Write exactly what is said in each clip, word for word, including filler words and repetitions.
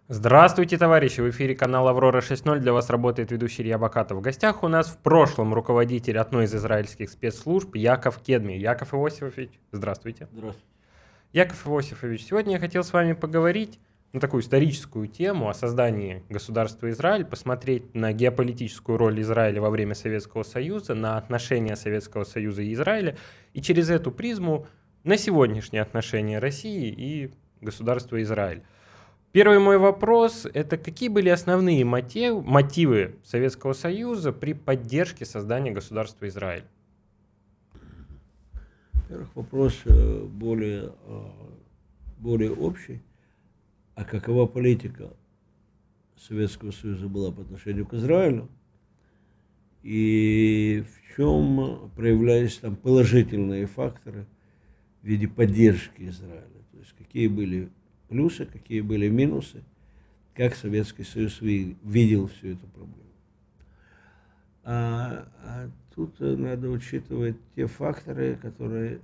Здравствуйте, товарищи! В эфире канал Аврора шесть ноль. Для вас работает ведущий Илья Бакатов. В гостях у нас в прошлом руководитель одной из израильских спецслужб Яков Кедми. Яков Иосифович, здравствуйте. Здравствуйте. Яков Иосифович, сегодня я хотел с вами поговорить на такую историческую тему о создании государства Израиль, посмотреть на геополитическую роль Израиля во время Советского Союза, на отношения Советского Союза и Израиля, и через эту призму на сегодняшние отношения России и государства Израиль. Первый мой вопрос – это какие были основные мотив, мотивы Советского Союза при поддержке создания государства Израиль? Во-первых, вопрос более, более общий. А какова политика Советского Союза была по отношению к Израилю? И в чем проявлялись там положительные факторы в виде поддержки Израиля? То есть какие были плюсы, какие были минусы, как Советский Союз видел всю эту проблему. А, а тут надо учитывать те факторы, которые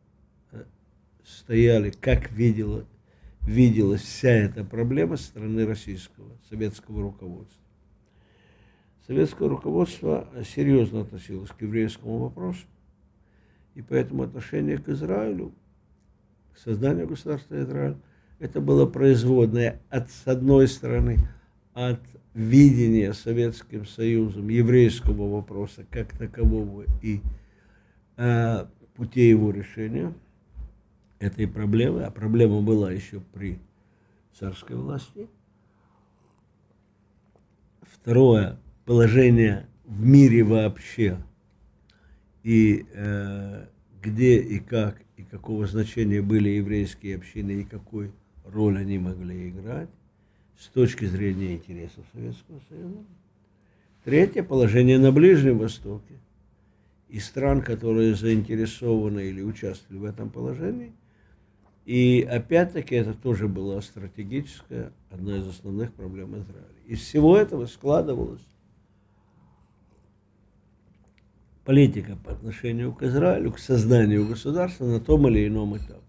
стояли, как видела, виделась вся эта проблема со стороны российского, советского руководства. Советское руководство серьезно относилось к еврейскому вопросу, и поэтому отношение к Израилю, к созданию государства Израиль, это было производное от, с одной стороны, от видения Советским Союзом еврейского вопроса как такового и э, путей его решения этой проблемы, а проблема была еще при царской власти. Второе, положение в мире вообще, и э, где и как, и какого значения были еврейские общины, и какой роль они могли играть с точки зрения интересов Советского Союза. Третье, положение на Ближнем Востоке и стран, которые заинтересованы или участвовали в этом положении. И опять-таки это тоже была стратегическая, одна из основных проблем Израиля. Из всего этого складывалась политика по отношению к Израилю, к созданию государства на том или ином этапе.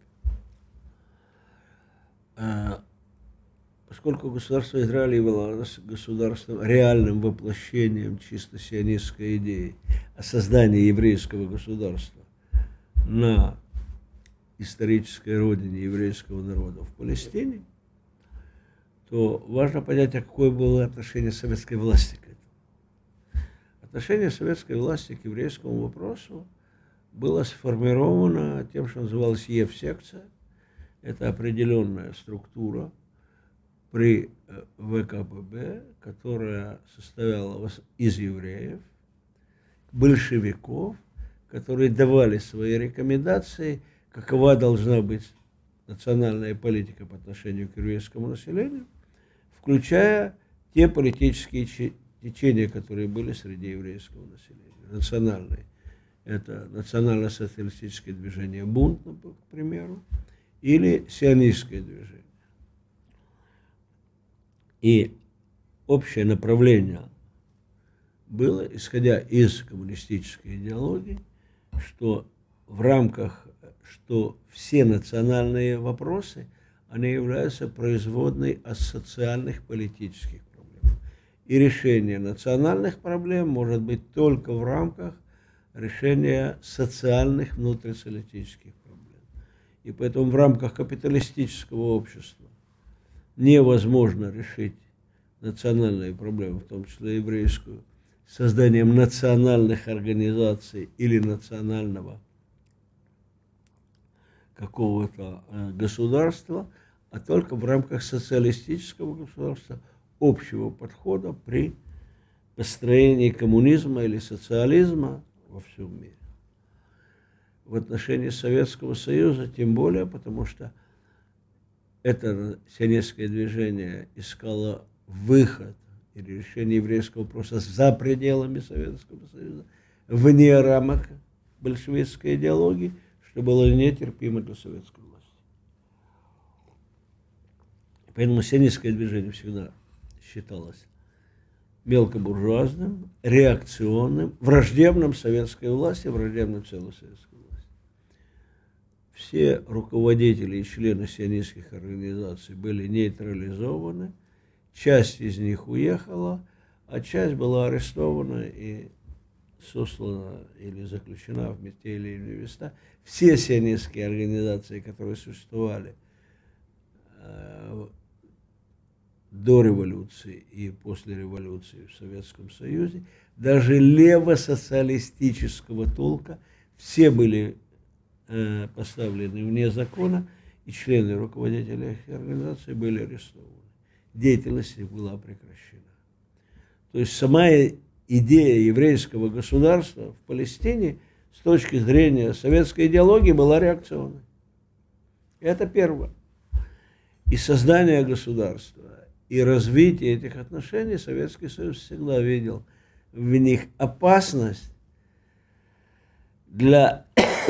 Поскольку государство Израиль являлось государством, реальным воплощением чисто сионистской идеи о создании еврейского государства на исторической родине еврейского народа в Палестине, то важно понять, а какое было отношение советской власти к этому. Отношение советской власти к еврейскому вопросу было сформировано тем, что называлось Евсекция. Это определенная структура при ВКПБ, которая состояла из евреев, большевиков, которые давали свои рекомендации, какова должна быть национальная политика по отношению к еврейскому населению, включая те политические течения, которые были среди еврейского населения. Национальные. Это национально-социалистическое движение «Бунт», к примеру, или сионистское движение. И общее направление было, исходя из коммунистической идеологии, что в рамках, что все национальные вопросы, они являются производной от социальных политических проблем. И решение национальных проблем может быть только в рамках решения социальных внутрисоциалистических проблем. И поэтому в рамках капиталистического общества невозможно решить национальные проблемы, в том числе еврейскую, созданием национальных организаций или национального какого-то государства, а только в рамках социалистического государства, общего подхода при построении коммунизма или социализма во всем мире. В отношении Советского Союза тем более, потому что это сионистское движение искало выход или решение еврейского вопроса за пределами Советского Союза, вне рамок большевистской идеологии, что было нетерпимо для советской власти. Поэтому сионистское движение всегда считалось мелкобуржуазным, реакционным, враждебным советской власти, враждебным целой советской власти. Все руководители и члены сионистских организаций были нейтрализованы часть из них уехала, а часть была арестована и сослана или заключена в те или иные места. Все сионистские организации, которые существовали э, до революции и после революции в Советском Союзе, даже левосоциалистического толка, все были э, поставлены вне закона, и члены руководителей этих организаций были арестованы. Деятельность их была прекращена. То есть сама идея еврейского государства в Палестине с точки зрения советской идеологии была реакционной. Это первое. И создание государства, и развитие этих отношений Советский Союз всегда видел в них опасность для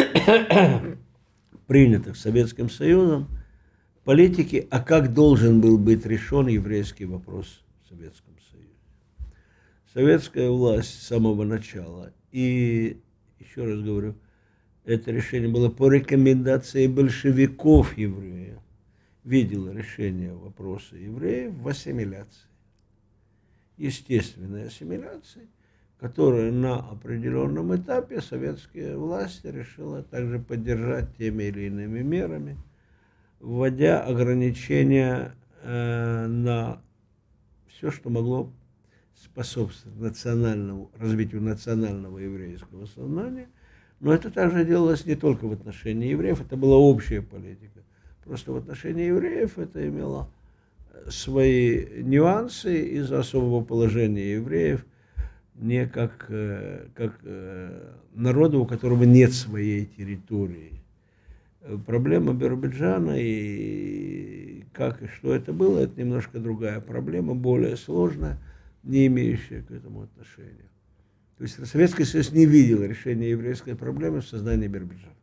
принятых Советским Союзом политики, а как должен был быть решен еврейский вопрос в Советском Союзе. Советская власть с самого начала, и еще раз говорю, это решение было по рекомендации большевиков евреев, видела решение вопроса евреев в ассимиляции. Естественной ассимиляции, которую на определенном этапе советские власти решила также поддержать теми или иными мерами, вводя ограничения э, на все, что могло способствовать национальному, развитию национального еврейского сознания. Но это также делалось не только в отношении евреев, это была общая политика. Просто в отношении евреев это имело свои нюансы из-за особого положения евреев, не как, как народа, у которого нет своей территории. Проблема Биробиджана и как и что это было, это немножко другая проблема, более сложная, не имеющая к этому отношения. То есть Советский Союз не видел решения еврейской проблемы в создании Биробиджана.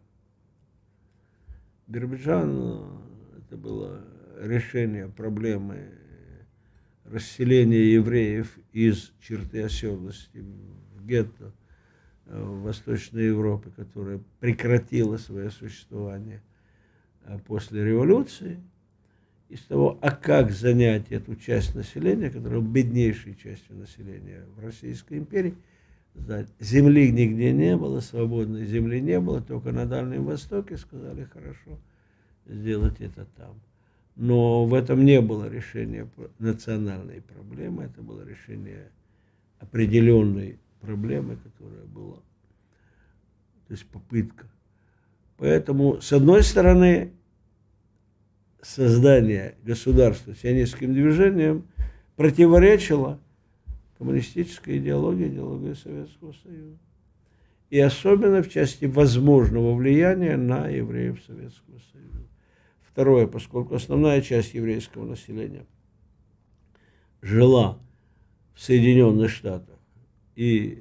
Биробиджан – это было решение проблемы расселения евреев из черты оседлости в гетто в Восточной Европе, которая прекратила свое существование после революции, из того, а как занять эту часть населения, которая беднейшей частью населения в Российской империи. Земли нигде не было, свободной земли не было, только на Дальнем Востоке сказали, хорошо, сделать это там. Но в этом не было решения национальной проблемы, это было решение определенной проблемы, которая была, то есть попытка. Поэтому, с одной стороны, создание государства сионистским движением противоречило коммунистической идеологии, идеологии Советского Союза. И особенно в части возможного влияния на евреев Советского Союза. Второе, поскольку основная часть еврейского населения жила в Соединенных Штатах и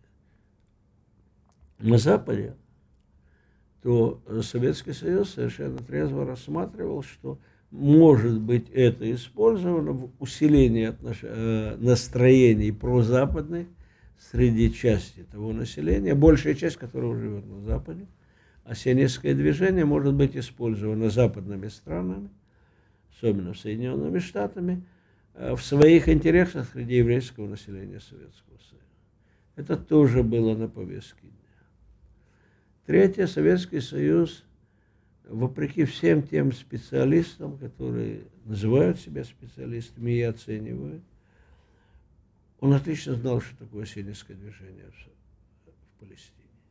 на Западе, то Советский Союз совершенно трезво рассматривал, что может быть это использовано в усилении отнош... настроений прозападных среди части того населения, большая часть которого живет на Западе, а сионистское движение может быть использовано западными странами, особенно Соединенными Штатами, в своих интересах среди еврейского населения Советского Союза. Это тоже было на повестке дня. Третье, Советский Союз, вопреки всем тем специалистам, которые называют себя специалистами и оценивают, он отлично знал, что такое сионистское движение в Палестине.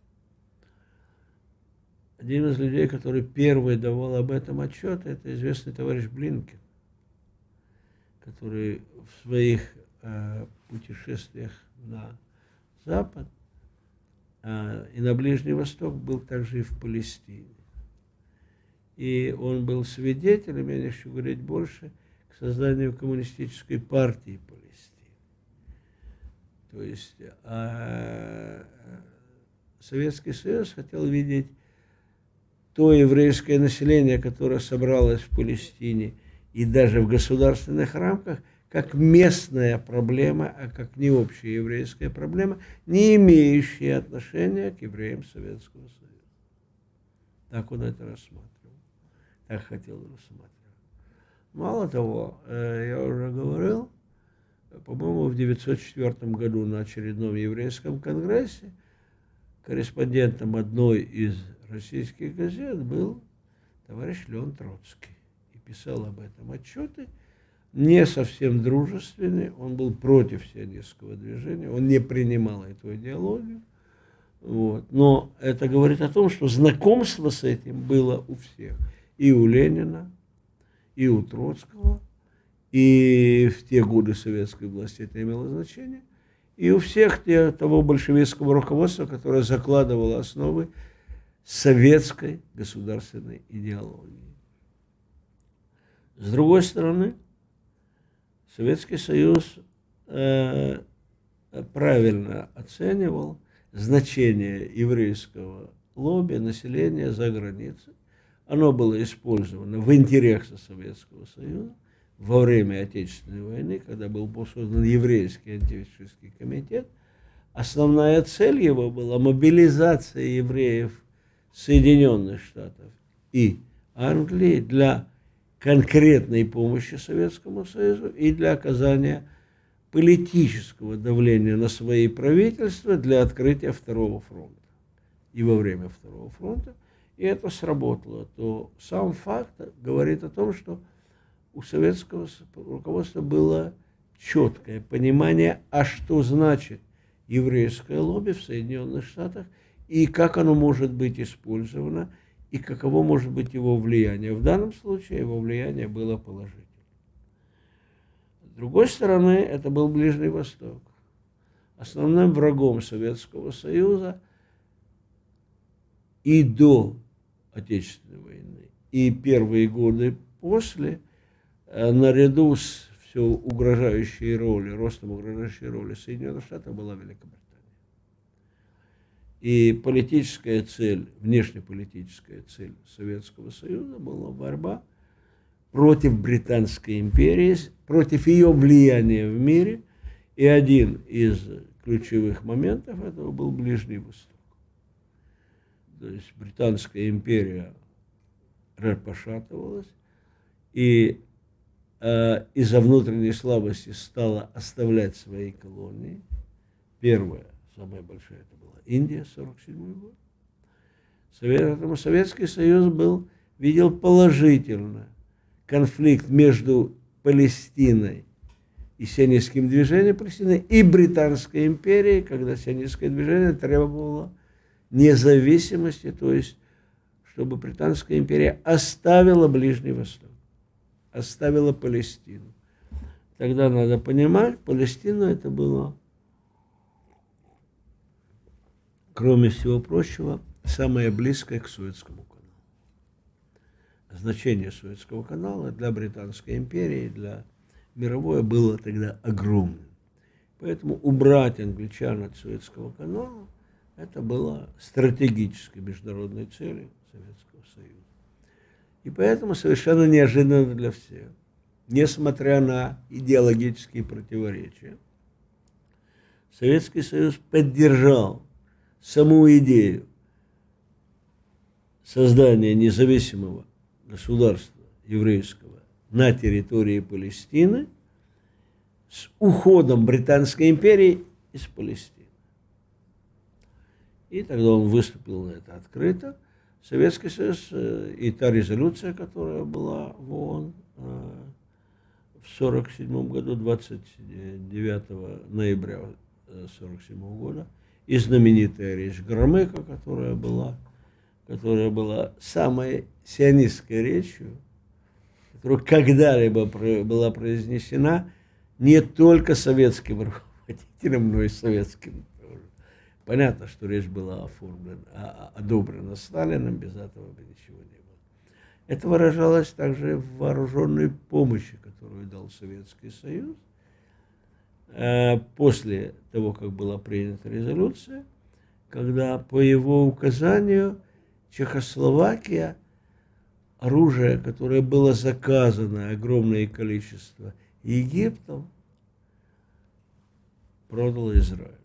Один из людей, который первый давал об этом отчет, это известный товарищ Блинкен, который в своих э, путешествиях на Запад э, и на Ближний Восток был также и в Палестине. И он был свидетелем, я не хочу говорить больше, к созданию коммунистической партии Палестины. То есть э, Советский Союз хотел видеть то еврейское население, которое собралось в Палестине и даже в государственных рамках, как местная проблема, а как не общая еврейская проблема, не имеющая отношения к евреям Советского Союза. Так он это рассматривал. Так хотел рассматривать. Мало того, я уже говорил, по-моему, в девятьсот четвёртом году на очередном еврейском конгрессе корреспондентом одной из российских газет был товарищ Леон Троцкий. И писал об этом отчеты, не совсем дружественные. Он был против сионистского движения, он не принимал эту идеологию. Вот. Но это говорит о том, что знакомство с этим было у всех. И у Ленина, и у Троцкого, и в те годы советской власти это имело значение, и у всех те, того большевистского руководства, которое закладывало основы советской государственной идеологии. С другой стороны, Советский Союз э, правильно оценивал значение еврейского лобби, населения за границей. Оно было использовано в интересах Советского Союза во время Отечественной войны, когда был создан еврейский антифашистский комитет. Основная цель его была мобилизация евреев Соединенных Штатов и Англии для конкретной помощи Советскому Союзу и для оказания политического давления на свои правительства для открытия Второго фронта. И во время Второго фронта, и это сработало, то сам факт говорит о том, что у советского руководства было четкое понимание, а что значит еврейское лобби в Соединенных Штатах и как оно может быть использовано, и каково может быть его влияние. В данном случае его влияние было положительным. С другой стороны, это был Ближний Восток. Основным врагом Советского Союза и до Отечественной войны, и первые годы после, наряду с все угрожающей роли, ростом угрожающей роли Соединенных Штатов была Великобритания. И политическая цель, внешнеполитическая цель Советского Союза была борьба против Британской империи, против ее влияния в мире. И один из ключевых моментов этого был Ближний Восток. То есть Британская империя пошатывалась, и э, из-за внутренней слабости стала оставлять свои колонии. Первая, самая большая, это была Индия, сорок седьмой год. Поэтому Советский Союз был, видел положительно конфликт между Палестиной и сионистским движением Палестины и Британской империей, когда сионистское движение требовало независимости, то есть чтобы Британская империя оставила Ближний Восток, оставила Палестину. Тогда надо понимать, Палестина это было, кроме всего прочего, самое близкое к Суэцкому каналу. Значение Суэцкого канала для Британской империи, для мировой было тогда огромным. Поэтому убрать англичан от Суэцкого канала это было стратегической международной целью Советского Союза. И поэтому совершенно неожиданно для всех, несмотря на идеологические противоречия, Советский Союз поддержал саму идею создания независимого государства еврейского на территории Палестины с уходом Британской империи из Палестины. И тогда он выступил на это открыто. Советский Союз и та резолюция, которая была в ООН в сорок седьмом году, двадцать девятого ноября сорок седьмого года, и знаменитая речь Громыка, которая была, которая была самой сионистской речью, которая когда-либо была произнесена не только советским руководителем, но и советским тоже. Понятно, что речь была оформлена, одобрена Сталиным, без этого бы ничего не было. Это выражалось также в вооруженной помощи, которую дал Советский Союз. После того, как была принята резолюция, когда по его указанию Чехословакия оружие, которое было заказано, огромное количество, Египтом, продало Израилю.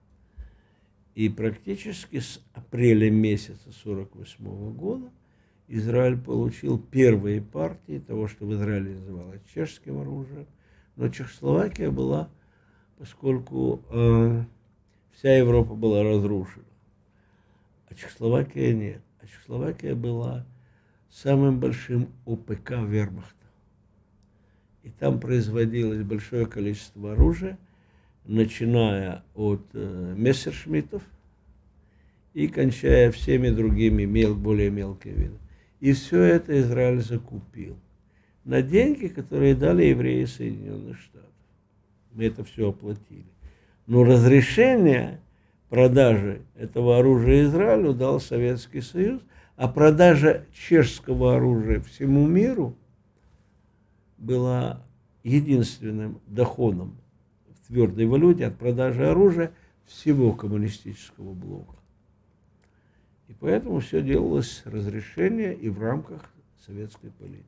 И практически с апреля месяца сорок восьмого года Израиль получил первые партии того, что в Израиле называлось чешским оружием. Но Чехословакия была, поскольку э, вся Европа была разрушена, а Чехословакия нет. А Чехословакия была самым большим ОПК вермахта. И там производилось большое количество оружия, начиная от э, мессершмиттов и кончая всеми другими мел, более мелкими видами. И все это Израиль закупил на деньги, которые дали евреи Соединенных Штатов. Мы это все оплатили. Но разрешение продажи этого оружия Израилю дал Советский Союз, а продажа чешского оружия всему миру была единственным доходом в твердой валюте от продажи оружия всего коммунистического блока. И поэтому все делалось с разрешения и в рамках советской политики.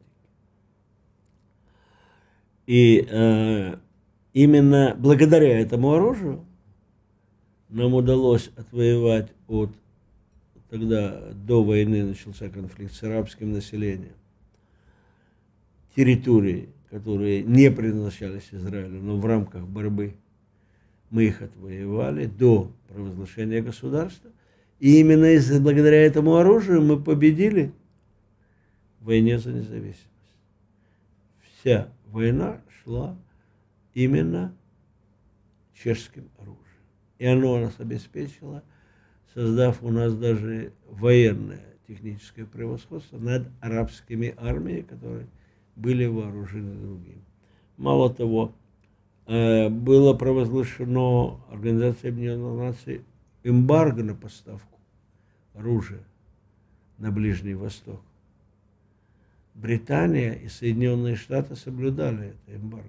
И э, именно благодаря этому оружию нам удалось отвоевать от, тогда до войны начался конфликт с арабским населением, территории, которые не предназначались Израилю, но в рамках борьбы мы их отвоевали до провозглашения государства. И именно из, благодаря этому оружию мы победили в войне за независимость. Вся война шла именно чешским оружием. И оно нас обеспечило, создав у нас даже военное техническое превосходство над арабскими армиями, которые были вооружены другим. Мало того, было провозглашено Организацией Объединенных Наций эмбарго на поставку оружия на Ближний Восток. Британия и Соединенные Штаты соблюдали это эмбарго.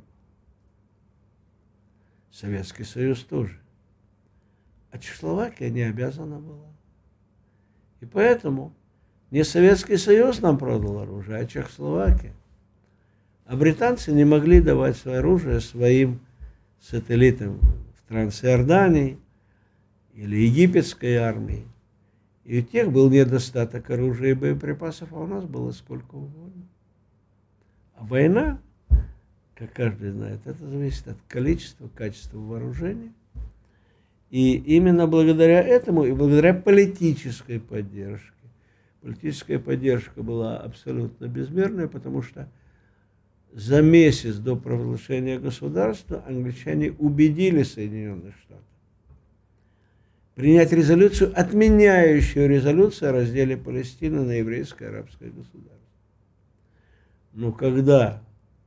Советский Союз тоже. А Чехословакия не обязана была. И поэтому не Советский Союз нам продал оружие, а Чехословакия. А британцы не могли давать свое оружие своим сателлитам в Трансиордании или египетской армии. И у тех был недостаток оружия и боеприпасов, а у нас было сколько угодно. А война, как каждый знает, это зависит от количества, качества вооружения. И именно благодаря этому и благодаря политической поддержке. Политическая поддержка была абсолютно безмерная, потому что за месяц до провозглашения государства англичане убедили Соединенные Штаты принять резолюцию, отменяющую резолюцию о разделе Палестины на еврейское и арабское государство. Но когда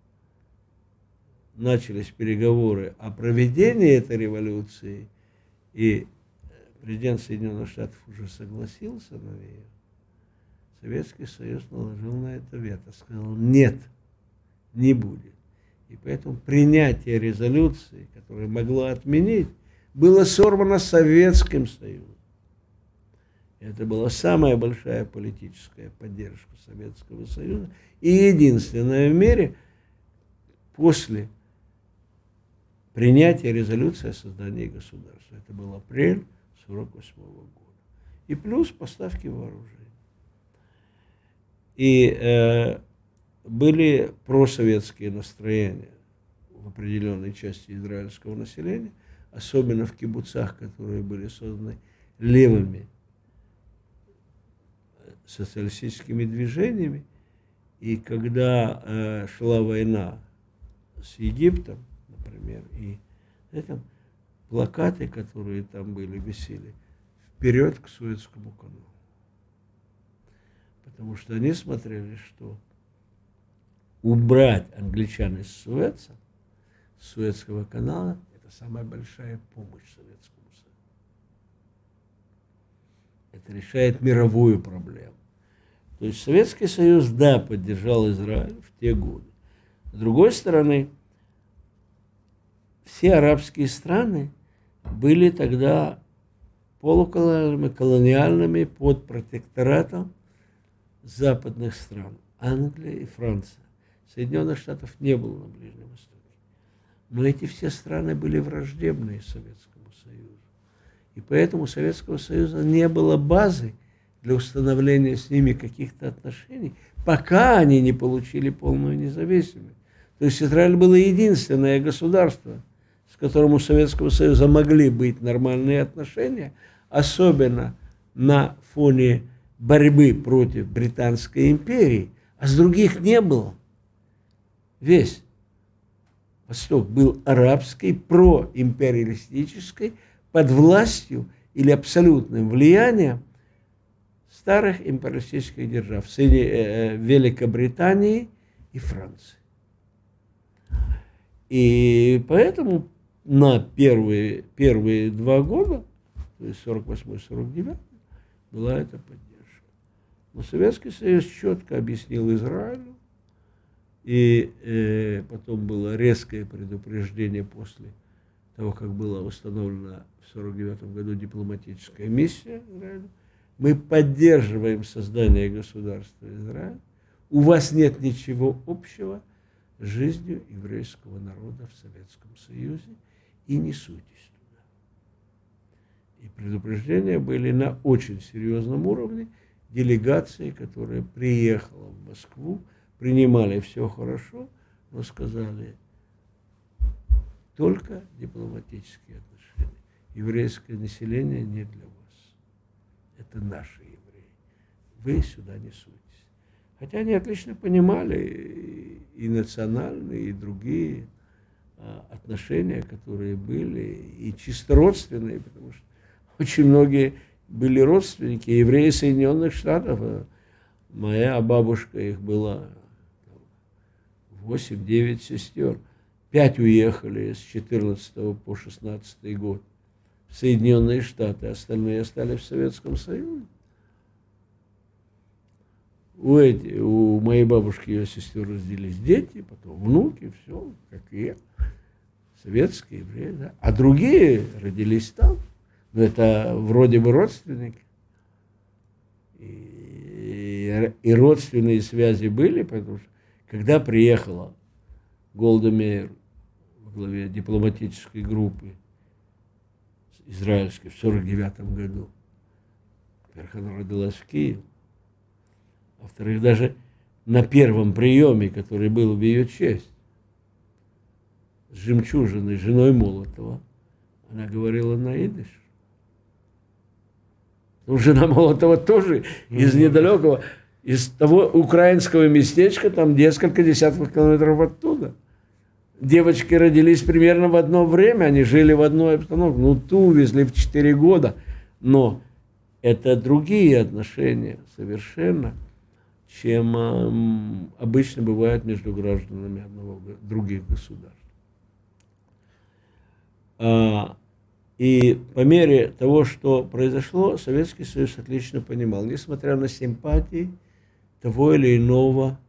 начались переговоры о проведении этой революции, и президент Соединенных Штатов уже согласился на нее, Советский Союз наложил на это вето, сказал: нет, не будет. И поэтому принятие резолюции, которая могла отменить, было сорвано Советским Союзом. Это была самая большая политическая поддержка Советского Союза и единственная в мире после принятия резолюции о создании государства. Это был апрель сорок восьмого года. И плюс поставки вооружений. И э, были просоветские настроения в определенной части израильского населения, особенно в кибуцах, которые были созданы левыми социалистическими движениями. И когда э, шла война с Египтом, например, и это, плакаты, которые там были, висели, вперед к Суэцкому каналу. Потому что они смотрели, что убрать англичан из Суэца, с Суэцкого канала, это самая большая помощь Советскому Союзу. Это решает мировую проблему. То есть Советский Союз, да, поддержал Израиль в те годы. С другой стороны, все арабские страны были тогда полуколониальными, колониальными под протекторатом западных стран, Англия и Франция. Соединенных Штатов не было на Ближнем Востоке. Но эти все страны были враждебны Советскому Союзу. И поэтому у Советского Союза не было базы для установления с ними каких-то отношений, пока они не получили полную независимость. То есть Израиль было единственное государство, с которым у Советского Союза могли быть нормальные отношения, особенно на фоне борьбы против Британской империи, а с других не было. Весь Восток был арабский, проимпериалистический, под властью или абсолютным влиянием старых империалистических держав, Великобритании и Франции. И поэтому на первые, первые два года, то есть сорок восьмой сорок девятый, была эта поддержка. Но Советский Союз четко объяснил Израилю, и э, потом было резкое предупреждение после того, как была установлена в сорок девятом году дипломатическая миссия Израиля. Мы поддерживаем создание государства Израиль. У вас нет ничего общего с жизнью еврейского народа в Советском Союзе, и не суйтесь туда. И предупреждения были на очень серьезном уровне. Делегации, которая приехала в Москву, принимали все хорошо, но сказали, только дипломатические отношения. Еврейское население не для вас. Это наши евреи. Вы сюда не суйтесь. Хотя они отлично понимали и национальные, и другие отношения, которые были, и чисто родственные, потому что очень многие были родственники, евреи Соединенных Штатов. Моя бабушка, их была восемь-девять сестер. Пять уехали с четырнадцатого по шестнадцатый год в Соединенные Штаты, остальные остались в Советском Союзе. У, эти, у моей бабушки и ее сестер родились дети, потом внуки, все, как и я, советские евреи, да. А другие родились там, но это вроде бы родственники. И, и родственные связи были, потому что когда приехала Голда Меир во главе дипломатической группы израильской в сорок девятом году, во-первых, она родилась в Киеве, а во-вторых, даже на первом приеме, который был в ее честь, с жемчужиной, женой Молотова, она говорила на идиш. Ну, жена Молотова тоже из недалекого, из того украинского местечка, там несколько десятков километров оттуда. Девочки родились примерно в одно время, они жили в одной обстановке. Ну, ту увезли в четыре года, но это другие отношения совершенно, чем э, обычно бывает между гражданами одного, других государств. А, и по мере того, что произошло, Советский Союз отлично понимал, несмотря на симпатии того или иного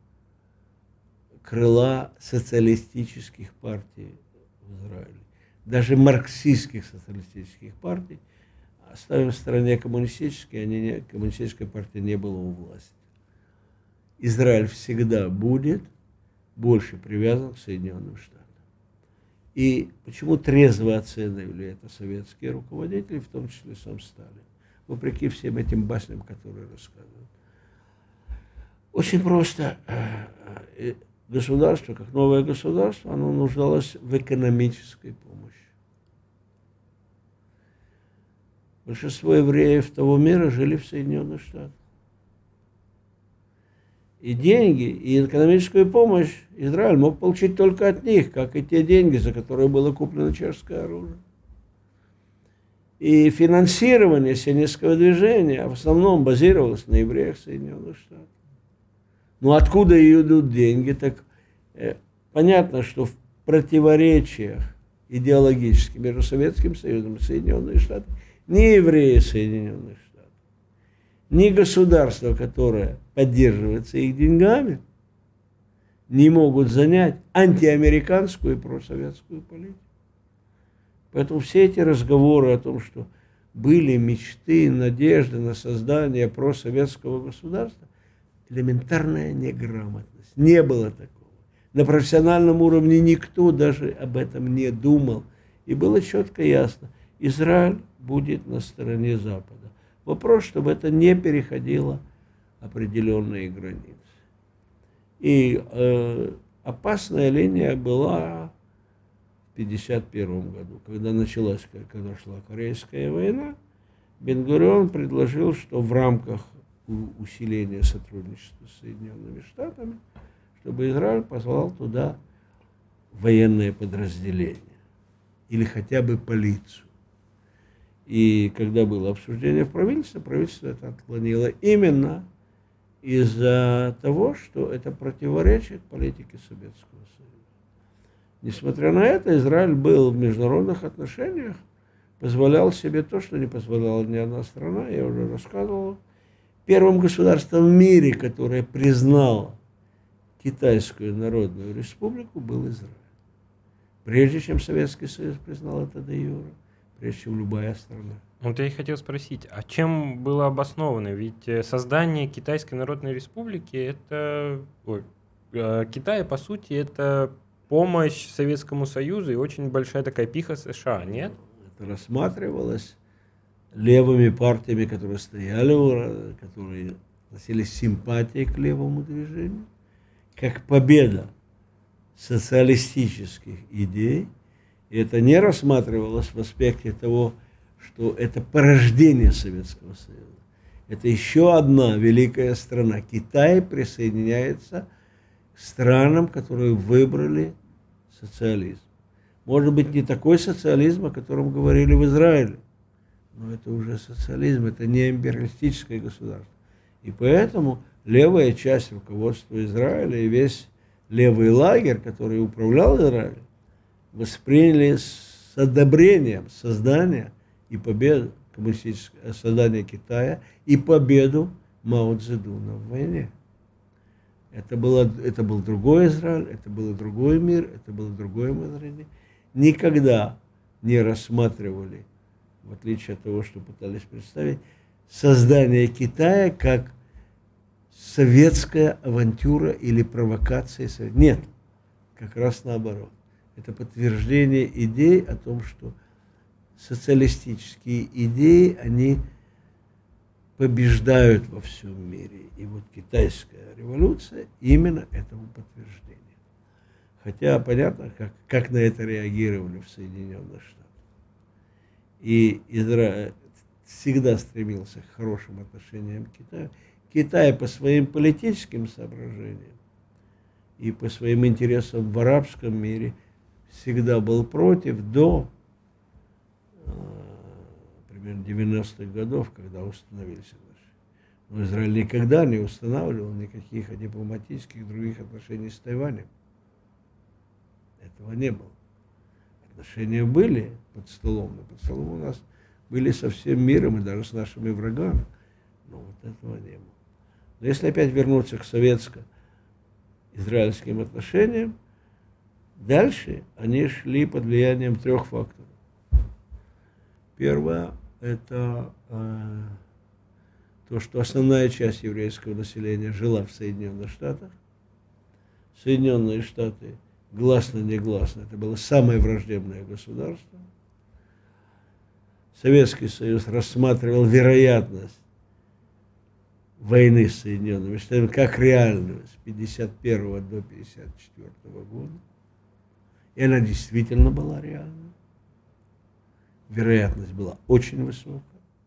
крыла социалистических партий в Израиле, даже марксистских социалистических партий, оставим в стороне коммунистические, они не, коммунистическая партия не была у власти. Израиль всегда будет больше привязан к Соединенным Штатам. И почему трезво оценивали это советские руководители, в том числе сам Сталин, вопреки всем этим басням, которые рассказывают. Очень просто. Государство, как новое государство, оно нуждалось в экономической помощи. Большинство евреев того мира жили в Соединенных Штатах. И деньги, и экономическую помощь Израиль мог получить только от них, как и те деньги, за которые было куплено чешское оружие. И финансирование сионистского движения в основном базировалось на евреях Соединенных Штатов. Ну откуда идут деньги? Так э, понятно, что в противоречиях идеологических между Советским Союзом и Соединенными Штатами ни евреи Соединенных Штатов, ни государство, которое поддерживается их деньгами, не могут занять антиамериканскую и просоветскую политику. Поэтому все эти разговоры о том, что были мечты, надежды на создание просоветского государства, элементарная неграмотность. Не было такого. На профессиональном уровне никто даже об этом не думал. И было четко ясно, Израиль будет на стороне Запада. Вопрос, чтобы это не переходило определенные границы. И э, опасная линия была в пятьдесят первом году, когда началась, когда шла Корейская война. Бен-Гурион предложил, что в рамках усиления сотрудничества с Соединенными Штатами, чтобы Израиль позвал туда военные подразделения или хотя бы полицию. И когда было обсуждение в правительстве, правительство это отклонило именно из-за того, что это противоречит политике Советского Союза. Несмотря на это, Израиль был в международных отношениях, позволял себе то, что не позволяла ни одна страна, я уже рассказывал. Первым государством в мире, которое признало Китайскую Народную Республику, был Израиль. Прежде чем Советский Союз признал это де юре, прежде чем любая страна. Вот я и хотел спросить, а чем было обосновано? Ведь создание Китайской Народной Республики, это... Ой, Китай, по сути, это помощь Советскому Союзу и очень большая такая пиха США, нет? Это рассматривалось левыми партиями, которые стояли, которые носили симпатии к левому движению, как победа социалистических идей. И это не рассматривалось в аспекте того, что это порождение Советского Союза. Это еще одна великая страна. Китай присоединяется к странам, которые выбрали социализм. Может быть, не такой социализм, о котором говорили в Израиле, но это уже социализм, это не империалистическое государство. И поэтому левая часть руководства Израиля и весь левый лагерь, который управлял Израилем, восприняли с одобрением создания и победу коммунистического создания Китая и победу Мао Цзэдуна в войне. Это, было, это был другой Израиль, это был другой мир, это было другое мышление. Никогда не рассматривали, в отличие от того, что пытались представить, создание Китая как советская авантюра или провокация. Нет, как раз наоборот. Это подтверждение идей о том, что социалистические идеи, они побеждают во всем мире. И вот китайская революция именно этому подтверждение. Хотя понятно, как, как на это реагировали в Соединенных Штатах. И Израиль всегда стремился к хорошим отношениям к Китаю. Китай по своим политическим соображениям и по своим интересам в арабском мире всегда был против до примерно девяностых годов, когда установились отношения. Но Израиль никогда не устанавливал никаких дипломатических других отношений с Тайванем. Этого не было. Отношения были под столом, но под столом у нас были со всем миром и даже с нашими врагами. Но вот этого не было. Но если опять вернуться к советско-израильским отношениям, дальше они шли под влиянием трех факторов. Первое – это э, то, что основная часть еврейского населения жила в Соединенных Штатах. Соединенные Штаты гласно-негласно, это было самое враждебное государство. Советский Союз рассматривал вероятность войны с Соединенными Штатами как реальную с пятьдесят первого до пятьдесят четвёртого года. И она действительно была реальной. Вероятность была очень высокая.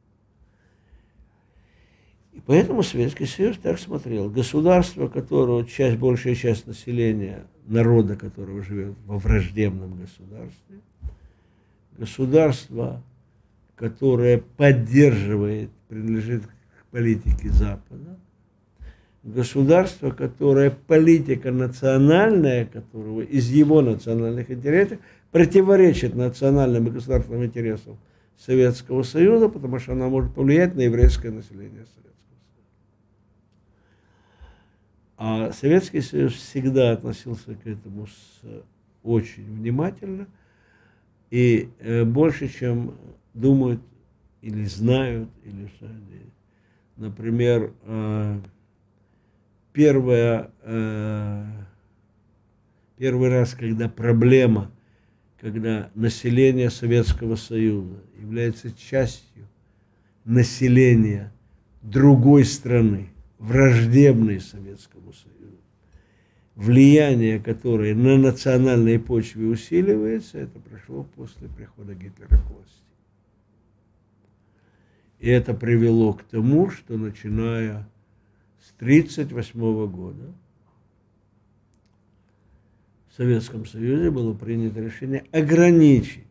И поэтому Советский Союз так смотрел. Государство, которого часть, большая часть населения, народа, которого живет во враждебном государстве, государство, которое поддерживает, принадлежит к политике Запада, государство, которое политика национальная, которого из его национальных интересов противоречит национальным и государственным интересам Советского Союза, потому что она может повлиять на еврейское население Советского Союза. А Советский Союз всегда относился к этому с, очень внимательно и э, больше, чем думают или знают, или что. Например, э, первое, э, первый раз, когда проблема, когда население Советского Союза является частью населения другой страны, враждебной Советскому Союзу, влияние которое на национальной почве усиливается, это пришло после прихода Гитлера к власти. И это привело к тому, что начиная с тридцать восьмого года в Советском Союзе было принято решение ограничить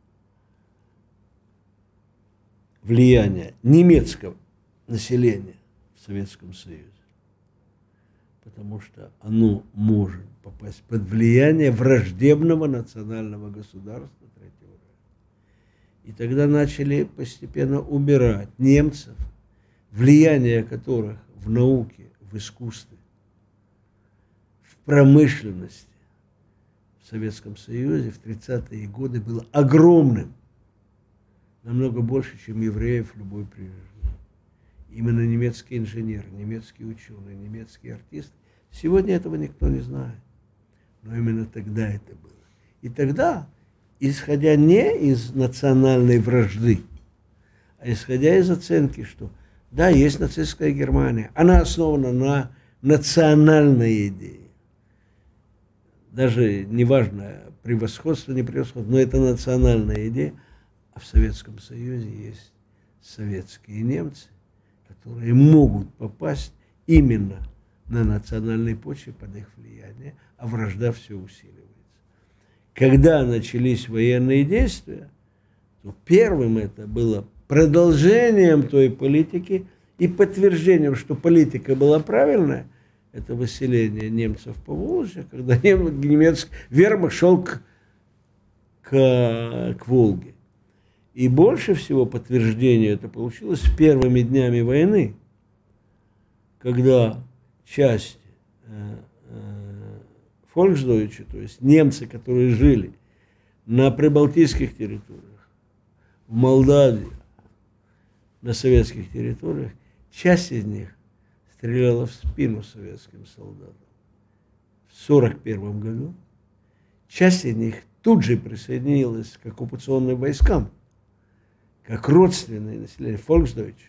влияние немецкого населения в Советском Союзе, потому что оно может попасть под влияние враждебного национального государства третьего ряда. И тогда начали постепенно убирать немцев, влияние которых в науке, в искусстве, в промышленности в Советском Союзе в тридцатые годы было огромным, намного больше, чем евреев в любой прежде. Именно немецкие инженеры, немецкие ученые, немецкие артисты. Сегодня этого никто не знает. Но именно тогда это было. И тогда, исходя не из национальной вражды, а исходя из оценки, что да, есть нацистская Германия, она основана на национальной идее. Даже неважно, превосходство, не превосходство, но это национальная идея. А в Советском Союзе есть советские немцы, которые могут попасть именно на национальной почве под их влияние, а вражда все усиливается. Когда начались военные действия, то первым это было продолжением той политики и подтверждением, что политика была правильная, это выселение немцев по Волжье, когда немецкий вермахт шел к, к, к Волге. И больше всего подтверждение это получилось первыми днями войны, когда часть э, э, фольксдойче, то есть немцы, которые жили на прибалтийских территориях, в Молдавии, на советских территориях, часть из них стреляла в спину советским солдатам в сорок первом году. Часть из них тут же присоединилась к оккупационным войскам, как родственное население, фольксдойче.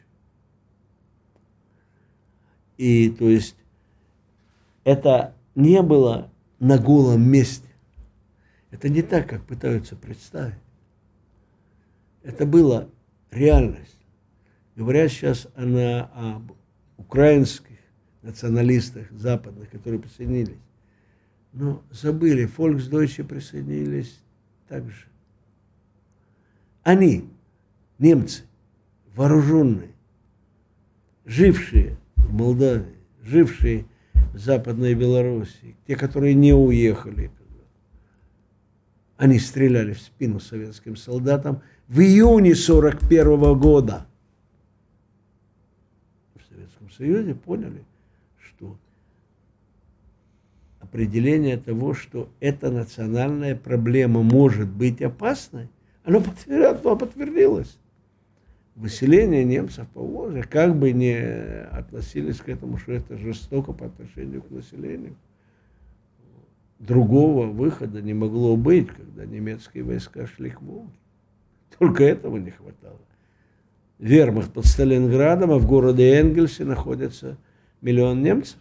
И то есть это не было на голом месте. Это не так, как пытаются представить. Это была реальность. Говорят сейчас она об украинских националистах западных, которые присоединились. Но забыли, фольксдойче присоединились также. Они, немцы, вооруженные, жившие в Молдавии, жившие в Западной Белоруссии, те, которые не уехали, они стреляли в спину советским солдатам в июне сорок первого года. В Советском Союзе поняли, что определение того, что эта национальная проблема может быть опасной, оно подтвердилось. Выселение немцев по Волжье, как бы не относились к этому, что это жестоко по отношению к населению. Другого выхода не могло быть, когда немецкие войска шли к Волге. Только этого не хватало. Вермахт под Сталинградом, а в городе Энгельсе находится миллион немцев.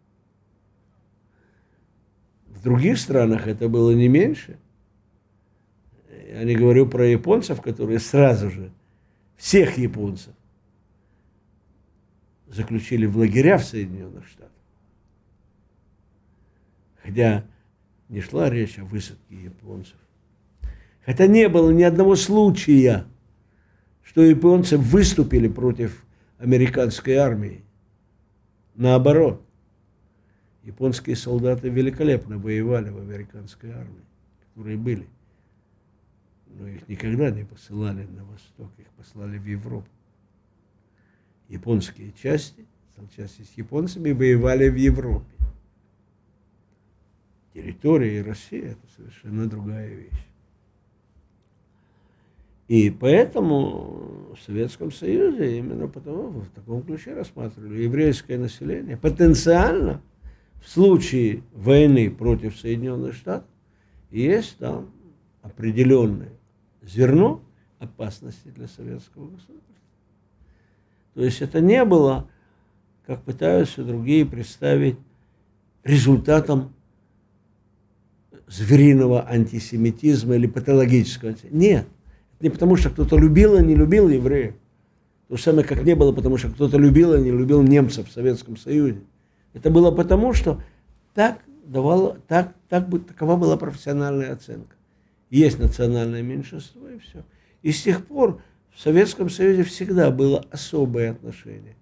В других странах это было не меньше. Я не говорю про японцев, которые сразу же всех японцев заключили в лагеря в Соединенных Штатах. Хотя не шла речь о высадке японцев. Хотя не было ни одного случая, что японцы выступили против американской армии. Наоборот, японские солдаты великолепно воевали в американской армии, которые были. Но их никогда не посылали на восток, их послали в Европу. Японские части, части с японцами воевали в Европе. Территория и Россия – это совершенно другая вещь. И поэтому в Советском Союзе именно потому в таком ключе рассматривали еврейское население потенциально в случае войны против Соединенных Штатов есть там определенное зерно опасности для советского государства. То есть это не было, как пытаются другие представить, результатом звериного антисемитизма или патологического антисемитизма. Нет. Не потому, что кто-то любил и не любил евреев. То же самое, как не было, потому что кто-то любил и не любил немцев в Советском Союзе. Это было потому, что так давало, так, так, такова была профессиональная оценка. Есть национальное меньшинство, и все. И с тех пор в Советском Союзе всегда было особое отношение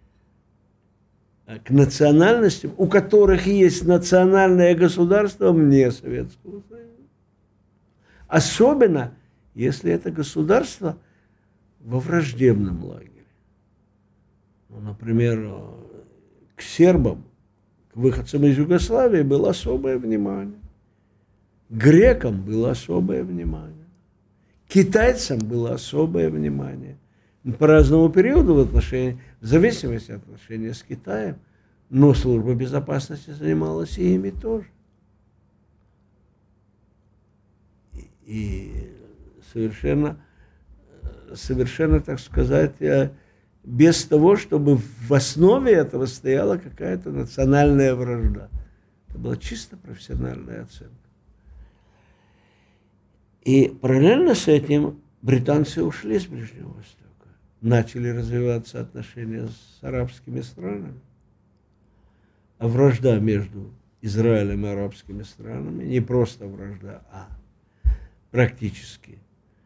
к национальностям, у которых есть национальное государство вне Советского Союза. Особенно, если это государство во враждебном лагере. Ну, например, к сербам, к выходцам из Югославии было особое внимание. К грекам было особое внимание. К китайцам было особое внимание. По разному периоду в отношении, в зависимости от отношения с Китаем, но служба безопасности занималась и ими тоже. И, и совершенно, совершенно, так сказать, без того, чтобы в основе этого стояла какая-то национальная вражда. Это была чисто профессиональная оценка. И параллельно с этим британцы ушли с Ближнего Востока. Начали развиваться отношения с арабскими странами. А вражда между Израилем и арабскими странами, не просто вражда, а практически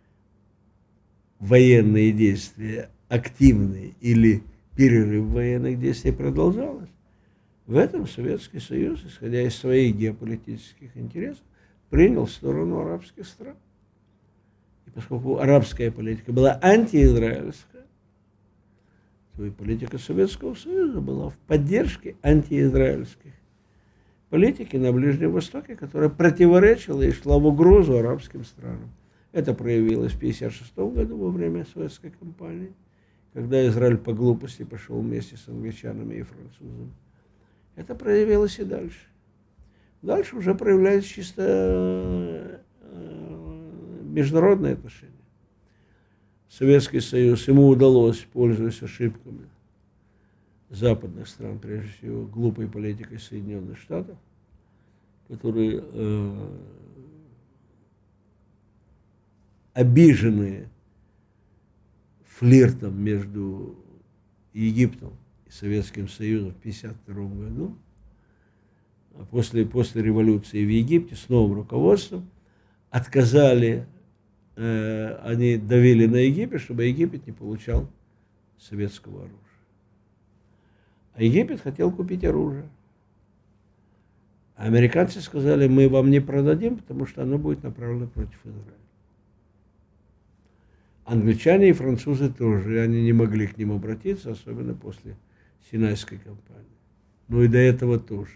военные действия, активные или перерыв военных действий продолжалось. В этом Советский Союз, исходя из своих геополитических интересов, принял сторону арабских стран. И поскольку арабская политика была антиизраильская, то и политика Советского Союза была в поддержке антиизраильских политики на Ближнем Востоке, которая противоречила и шла в угрозу арабским странам. Это проявилось в тысяча девятьсот пятьдесят шестом году во время Суэцкой кампании, когда Израиль по глупости пошел вместе с англичанами и французами. Это проявилось и дальше. Дальше уже проявляется чисто международные отношения. Советский Союз, ему удалось, пользуясь ошибками западных стран, прежде всего глупой политикой Соединенных Штатов, которые э, обиженные флиртом между Египтом и Советским Союзом в тысяча девятьсот пятьдесят втором году, а после, после революции в Египте с новым руководством отказали, э, они давили на Египет, чтобы Египет не получал советского оружия. А Египет хотел купить оружие. А американцы сказали, мы вам не продадим, потому что оно будет направлено против Израиля. Англичане и французы тоже, они не могли к ним обратиться, особенно после Синайской кампании. Ну и до этого тоже.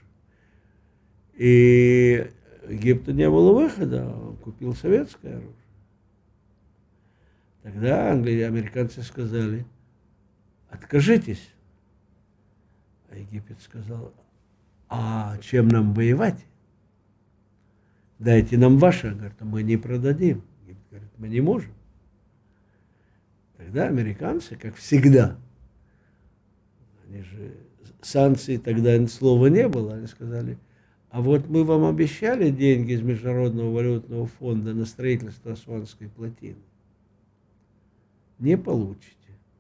И Египту не было выхода, он купил советское оружие. Тогда англичане, американцы сказали, откажитесь. А Египет сказал, а чем нам воевать? Дайте нам ваше. Он говорит, а мы не продадим. Египет говорит, мы не можем. Тогда американцы, как всегда, они же, санкций тогда слова не было, они сказали, а вот мы вам обещали деньги из Международного валютного фонда на строительство Асуанской плотины. Не получите.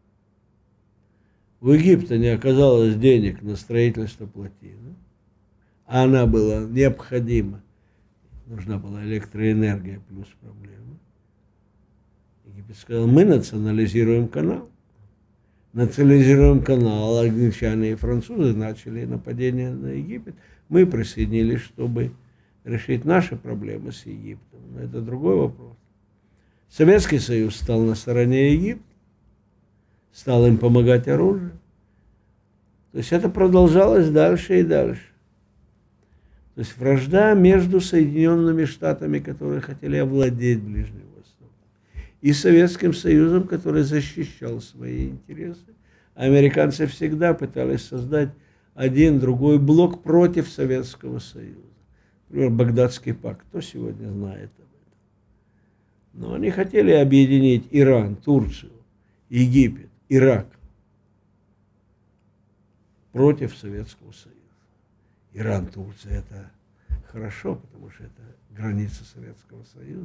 У Египта не оказалось денег на строительство плотины, а она была необходима. Нужна была электроэнергия плюс проблемы. Египет сказал, мы национализируем канал. Национализируем канал, англичане и французы начали нападение на Египет. Мы присоединились, чтобы решить наши проблемы с Египтом. Но это другой вопрос. Советский Союз стал на стороне Египта, стал им помогать оружием. То есть это продолжалось дальше и дальше. То есть вражда между Соединенными Штатами, которые хотели овладеть Ближним Востоком, и Советским Союзом, который защищал свои интересы. Американцы всегда пытались создать один, другой блок против Советского Союза. Например, Багдадский пакт. Кто сегодня знает об этом? Но они хотели объединить Иран, Турцию, Египет, Ирак против Советского Союза. Иран, Турция – это хорошо, потому что это граница Советского Союза.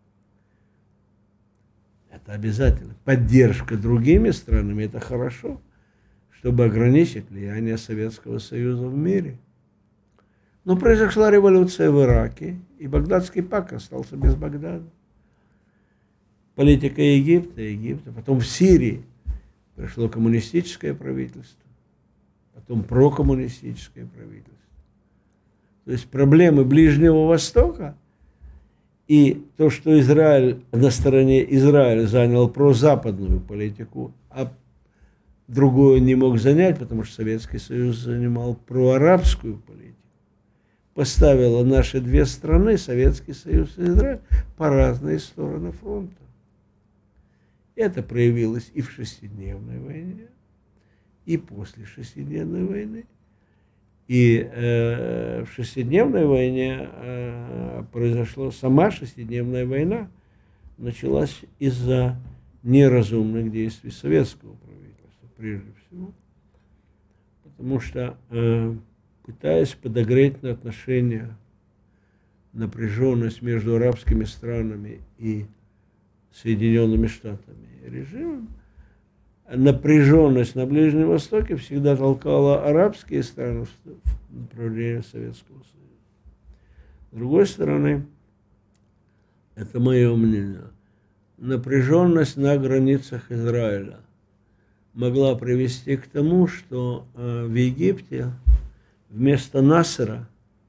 Это обязательно. Поддержка другими странами – это хорошо, чтобы ограничить влияние Советского Союза в мире. Но произошла революция в Ираке, и Багдадский пакт остался без Багдада. Политика Египта, Египта. Потом в Сирии пришло коммунистическое правительство, потом прокоммунистическое правительство. То есть проблемы Ближнего Востока и то, что Израиль на стороне Израиля занял прозападную политику, а другую не мог занять, потому что Советский Союз занимал проарабскую политику, поставило наши две страны, Советский Союз и Израиль, по разные стороны фронта. Это проявилось и в шестидневной войне, и после шестидневной войны. И э, в шестидневной войне э, произошла сама шестидневная война, началась из-за неразумных действий советского правительства, прежде всего. Потому что, э, пытаясь подогреть на отношения, напряженность между арабскими странами и Соединенными Штатами режимом, напряженность на Ближнем Востоке всегда толкала арабские страны в направлении Советского Союза. С другой стороны, это мое мнение, напряженность на границах Израиля могла привести к тому, что э, в Египте вместо Насера,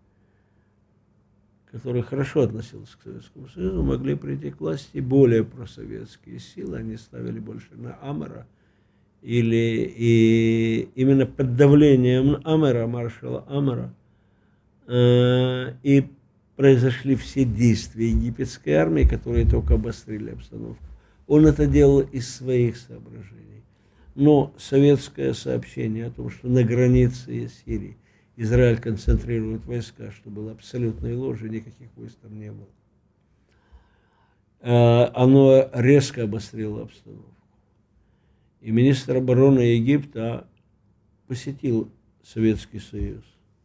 который хорошо относился к Советскому Союзу, могли прийти к власти более просоветские силы. Они ставили больше на Амара. Или и именно под давлением Амара, маршала Амара, э, и произошли все действия египетской армии, которые только обострили обстановку. Он это делал из своих соображений. Но советское сообщение о том, что на границе Сирии Израиль концентрирует войска, что было абсолютной ложью, никаких войск там не было. Э, оно резко обострило обстановку. И министр обороны Египта посетил Советский Союз.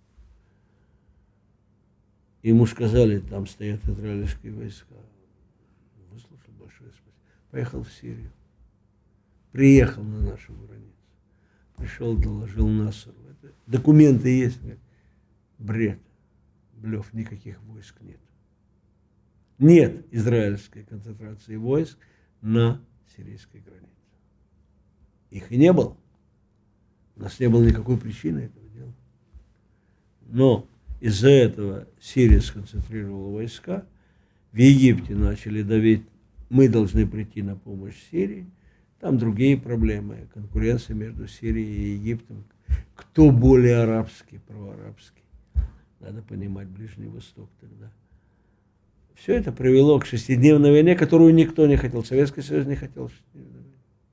Ему сказали, там стоят израильские войска. Выслушал, большое спасибо. Поехал в Сирию. Приехал на нашу границу. Пришел, доложил Насеру. Это документы есть. Бред. Блеф, никаких войск нет. Нет израильской концентрации войск на сирийской границе. Их и не было. У нас не было никакой причины этого делать. Но из-за этого Сирия сконцентрировала войска. В Египте начали давить, мы должны прийти на помощь Сирии. Там другие проблемы, конкуренция между Сирией и Египтом. Кто более арабский, проарабский. Надо понимать Ближний Восток тогда. Все это привело к шестидневной войне, которую никто не хотел. Советский Союз не хотел шестидневной войны.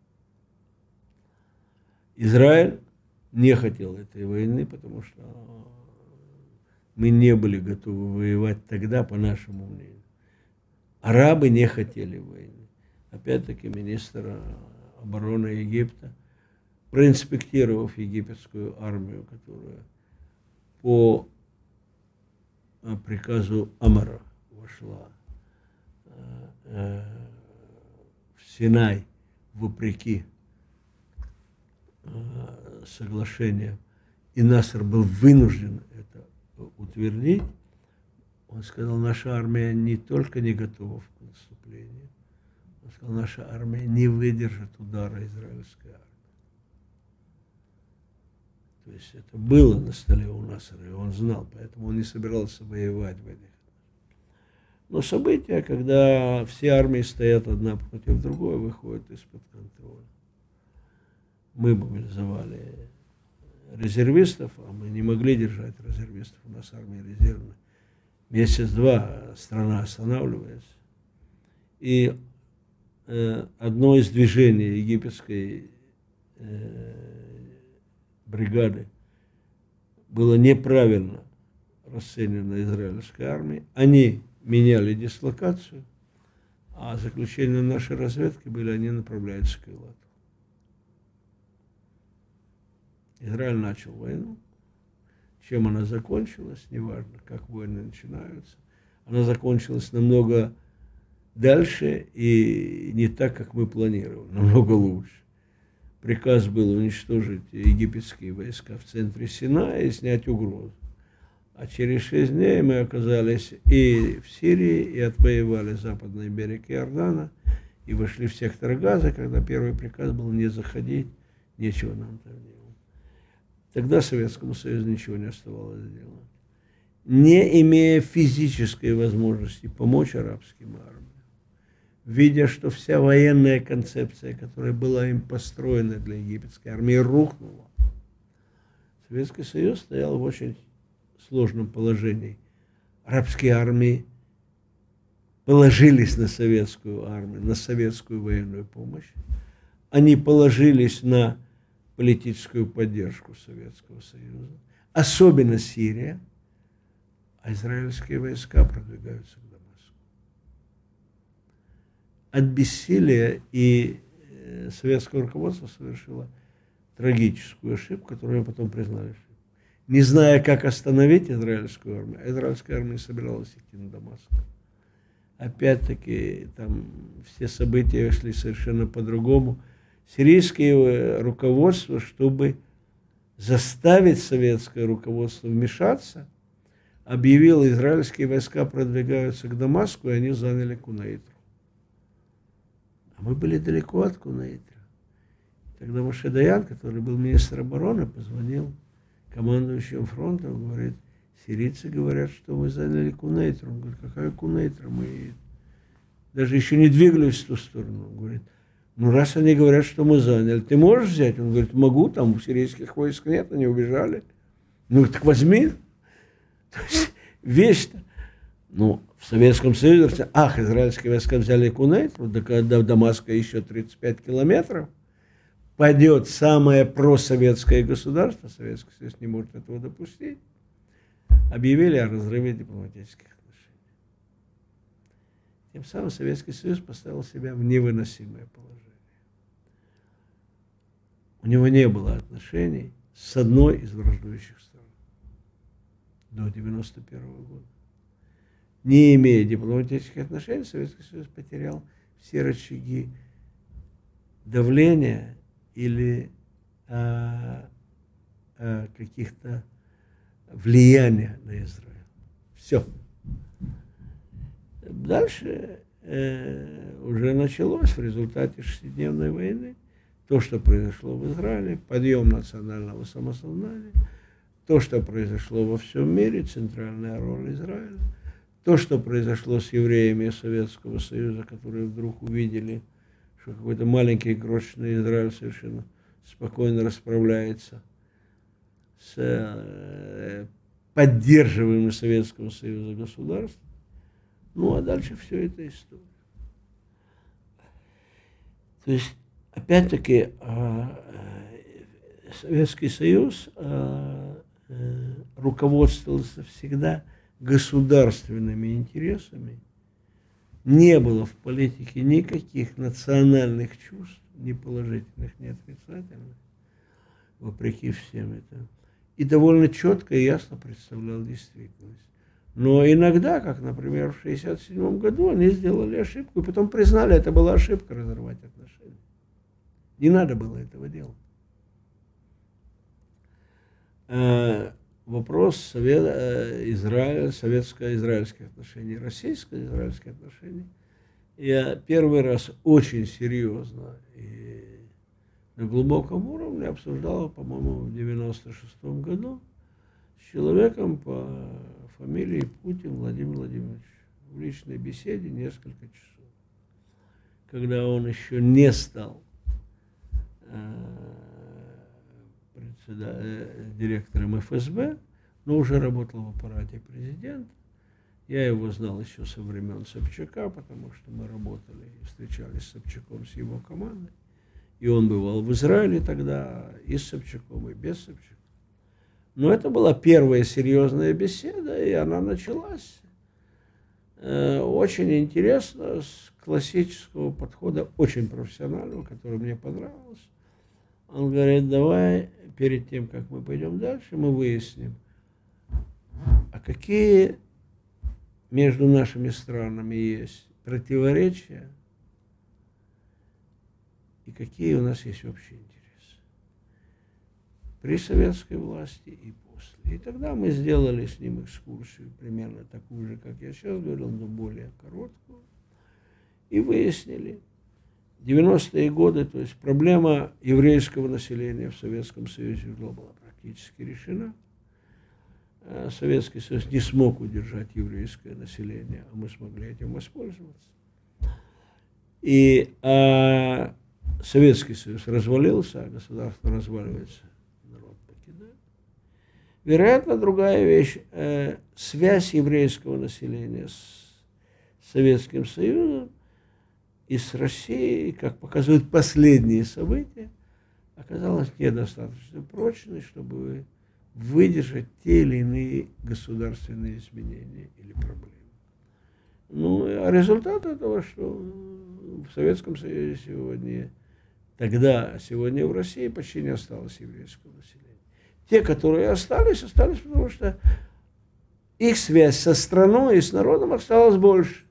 Израиль не хотел этой войны, потому что мы не были готовы воевать тогда, по нашему мнению. Арабы не хотели войны. Опять-таки министр обороны Египта, проинспектировав египетскую армию, которая по приказу Амара вошла в Синай вопреки соглашением, и Насер был вынужден это утвердить, он сказал, наша армия не только не готова к наступлению, он сказал, наша армия не выдержит удара израильской армии. То есть это было на столе у Насера, и он знал, поэтому он не собирался воевать в этих. Но события, когда все армии стоят одна против другой, выходят из-под контроля. Мы мобилизовали резервистов, а мы не могли держать резервистов, у нас армия резервная. Месяц-два страна останавливается. И э, одно из движений египетской э, бригады было неправильно расценено израильской армией. Они меняли дислокацию, а заключения нашей разведки были, они направляются к Эйлату. Израиль начал войну. Чем она закончилась, неважно, как войны начинаются. Она закончилась намного дальше и не так, как мы планировали, намного лучше. Приказ был уничтожить египетские войска в центре Синая и снять угрозу. А через шесть дней мы оказались и в Сирии, и отвоевали западный берег Иордана, и вошли в сектор Газа, когда первый приказ был не заходить, нечего нам там делать. Тогда Советскому Союзу ничего не оставалось делать. Не имея физической возможности помочь арабским армиям, видя, что вся военная концепция, которая была им построена для египетской армии, рухнула, Советский Союз стоял в очень сложном положении. Арабские армии положились на советскую армию, на советскую военную помощь. Они положились на политическую поддержку Советского Союза, особенно Сирия, а израильские войска продвигаются к Дамаску. От бессилия и советское руководство совершило трагическую ошибку, которую мы потом признали ошибку. Не зная, как остановить израильскую армию, а израильская армия собиралась идти на Дамаск. Опять-таки, там все события шли совершенно по-другому. Сирийское руководство, чтобы заставить советское руководство вмешаться, объявило, израильские войска продвигаются к Дамаску, и они заняли Кунейтру. А мы были далеко от Кунейтры. Тогда Моше Даян, который был министр обороны, позвонил командующему фронтом, говорит: сирийцы говорят, что мы заняли Кунейтру. Он говорит: какая Кунейтра? Мы даже еще не двигались в ту сторону. Он говорит: ну раз они говорят, что мы заняли, ты можешь взять? Он говорит: могу, там у сирийских войск нет, они убежали. Ну так возьми. То есть вещь-то. Ну, в Советском Союзе, ах, израильские войска взяли Кунейтру, до Дамаска еще тридцать пять километров. Пойдет самое просоветское государство, Советский Союз не может этого допустить, объявили о разрыве дипломатических отношений. Тем самым Советский Союз поставил себя в невыносимое положение. У него не было отношений с одной из враждующих сторон до девяносто первого года. Не имея дипломатических отношений, Советский Союз потерял все рычаги давления или а, а, каких-то влияния на Израиль. Все. Дальше э, уже началось в результате шестидневной войны то, что произошло в Израиле, подъем национального самосознания, то, что произошло во всем мире, центральная роль Израиля, то, что произошло с евреями Советского Союза, которые вдруг увидели, что какой-то маленький крошечный Израиль совершенно спокойно расправляется с э, поддерживаемым Советского Союза государством. Ну, а дальше все это история. То есть, опять-таки, э, Советский Союз э, э, руководствовался всегда государственными интересами. Не было в политике никаких национальных чувств, ни положительных, ни отрицательных, вопреки всем этим. И довольно четко и ясно представлял действительность. Но иногда, как, например, в шестьдесят седьмом году, они сделали ошибку, и потом признали, это была ошибка разорвать отношения. Не надо было этого делать. Вопрос Совет, Израиль, советско-израильских отношений, российско-израильских отношений. Я первый раз очень серьезно и на глубоком уровне обсуждал, по-моему, в девяносто шестом году с человеком по фамилии Путин Владимир Владимирович в личной беседе несколько часов, когда он еще не стал директором эф эс бэ, но уже работал в аппарате президента. Я его знал еще со времен Собчака, потому что мы работали и встречались с Собчаком, с его командой. И он бывал в Израиле тогда и с Собчаком, и без Собчака. Но это была первая серьезная беседа, и она началась э, очень интересно, с классического подхода, очень профессионального, который мне понравился. он говорит, давай перед тем, как мы пойдем дальше, мы выясним, а какие между нашими странами есть противоречия и какие у нас есть общие интересы при советской власти и после. И тогда мы сделали с ним экскурсию, примерно такую же, как я сейчас говорил, но более короткую, и выяснили. девяностые годы, то есть проблема еврейского населения в Советском Союзе уже была практически решена. Советский Союз не смог удержать еврейское население, а мы смогли этим воспользоваться. И а, Советский Союз развалился, а государство разваливается, народ покидает. Вероятно, другая вещь, э, связь еврейского населения с Советским Союзом и с Россией, как показывают последние события, оказалась недостаточно прочной, чтобы выдержать те или иные государственные изменения или проблемы. Ну, а результат этого, что в Советском Союзе сегодня, тогда, а сегодня в России почти не осталось еврейского населения. Те, которые остались, остались, потому что их связь со страной и с народом осталась больше.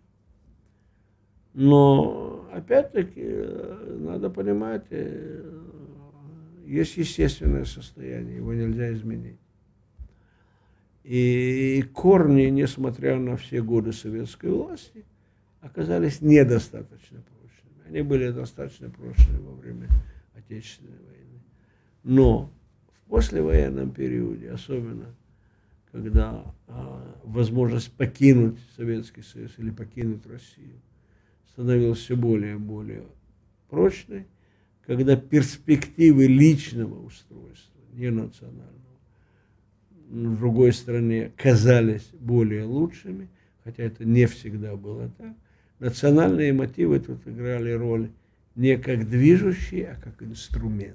Но, опять-таки, надо понимать, есть естественное состояние, его нельзя изменить. И корни, несмотря на все годы советской власти, оказались недостаточно прочными. Они были достаточно прочными во время Отечественной войны. Но в послевоенном периоде, особенно когда а, возможность покинуть Советский Союз или покинуть Россию становилась все более и более прочной, когда перспективы личного устройства, не национального, в другой стране казались более лучшими, хотя это не всегда было так, национальные мотивы тут играли роль не как движущий, а как инструмент.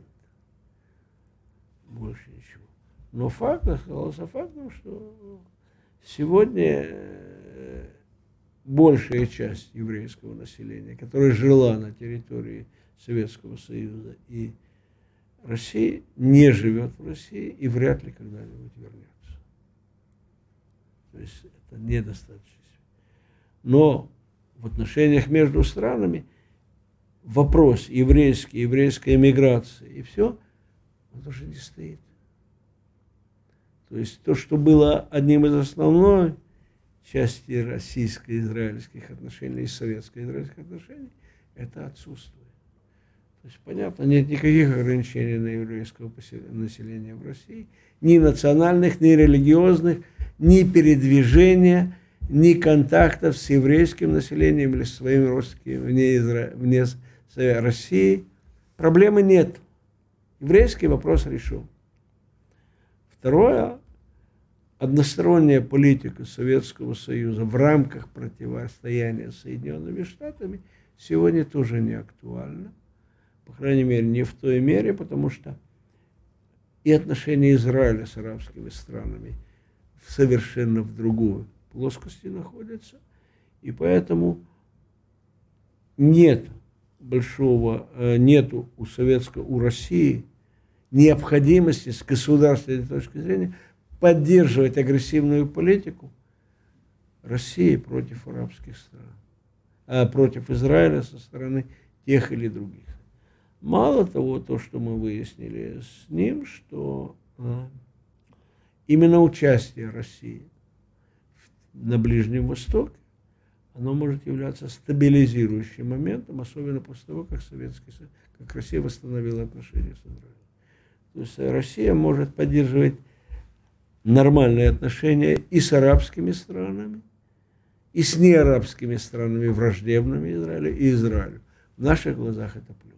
Больше ничего. Но факт остался фактом, что сегодня большая часть еврейского населения, которая жила на территории Советского Союза и России, не живет в России и вряд ли когда-нибудь вернется. То есть это недостаточно. Но в отношениях между странами вопрос еврейский, еврейской эмиграции и все, он уже не стоит. То есть то, что было одним из основной части российско-израильских отношений и советско-израильских отношений, это отсутствует. То есть, понятно, нет никаких ограничений на еврейское население в России, ни национальных, ни религиозных, ни передвижения, ни контактов с еврейским населением или с своими родственниками вне, Изра... вне России. Проблемы нет. Еврейский вопрос решен. Второе, односторонняя политика Советского Союза в рамках противостояния с Соединенными Штатами сегодня тоже не актуальна. По крайней мере, не в той мере, потому что и отношения Израиля с арабскими странами совершенно в другой плоскости находятся. И поэтому нет большого, нету у советского, у России необходимости с государственной точки зрения поддерживать агрессивную политику России против арабских стран, а против Израиля со стороны тех или других. Мало того, то, что мы выяснили с ним, что а, именно участие России на Ближнем Востоке, оно может являться стабилизирующим моментом, особенно после того, как Советский Союз, как Россия восстановила отношения с Израилем. То есть Россия может поддерживать нормальные отношения и с арабскими странами, и с неарабскими странами, враждебными Израилю, и Израилю. В наших глазах это плюс.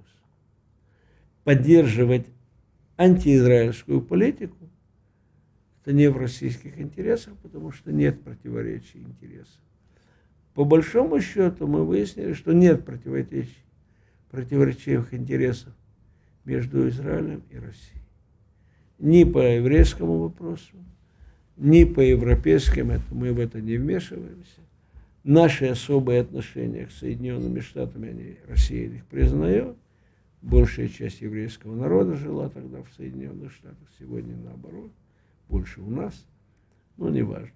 Поддерживать антиизраильскую политику – это не в российских интересах, потому что нет противоречий интересов. По большому счету мы выяснили, что нет противоречий, противоречивых интересов между Израилем и Россией. Ни по еврейскому вопросу, ни по европейским, это мы в это не вмешиваемся. Наши особые отношения с Соединенными Штатами, они, Россия их признает, большая часть еврейского народа жила тогда в Соединенных Штатах, сегодня наоборот, больше у нас, но не важно.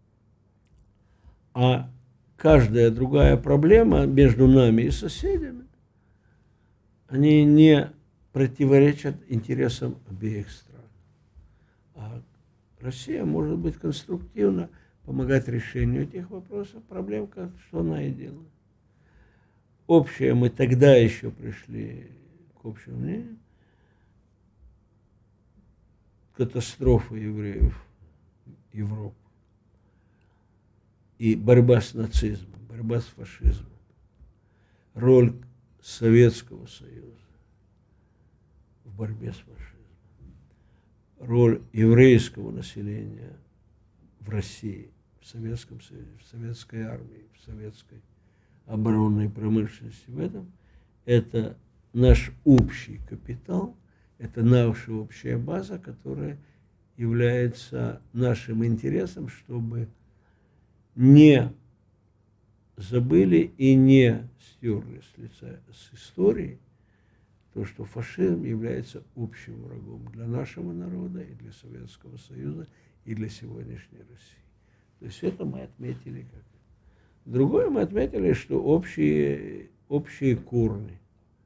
А каждая другая проблема между нами и соседями, они не противоречат интересам обеих стран. А Россия может быть конструктивно помогать решению этих вопросов, проблем, как, что она и делает. Общее мы тогда еще пришли к общему мнению. Катастрофа евреев Европы и борьба с нацизмом, борьба с фашизмом, роль Советского Союза в борьбе с фашизмом, роль еврейского населения в России, в Советском Союзе, в советской армии, в советской оборонной промышленности. В этом это наш общий капитал, это наша общая база, которая является нашим интересом, чтобы не забыли и не стерли с лица с истории то, что фашизм является общим врагом для нашего народа и для Советского Союза и для сегодняшней России. То есть это мы отметили как. Другое мы отметили, что общие, общие корни,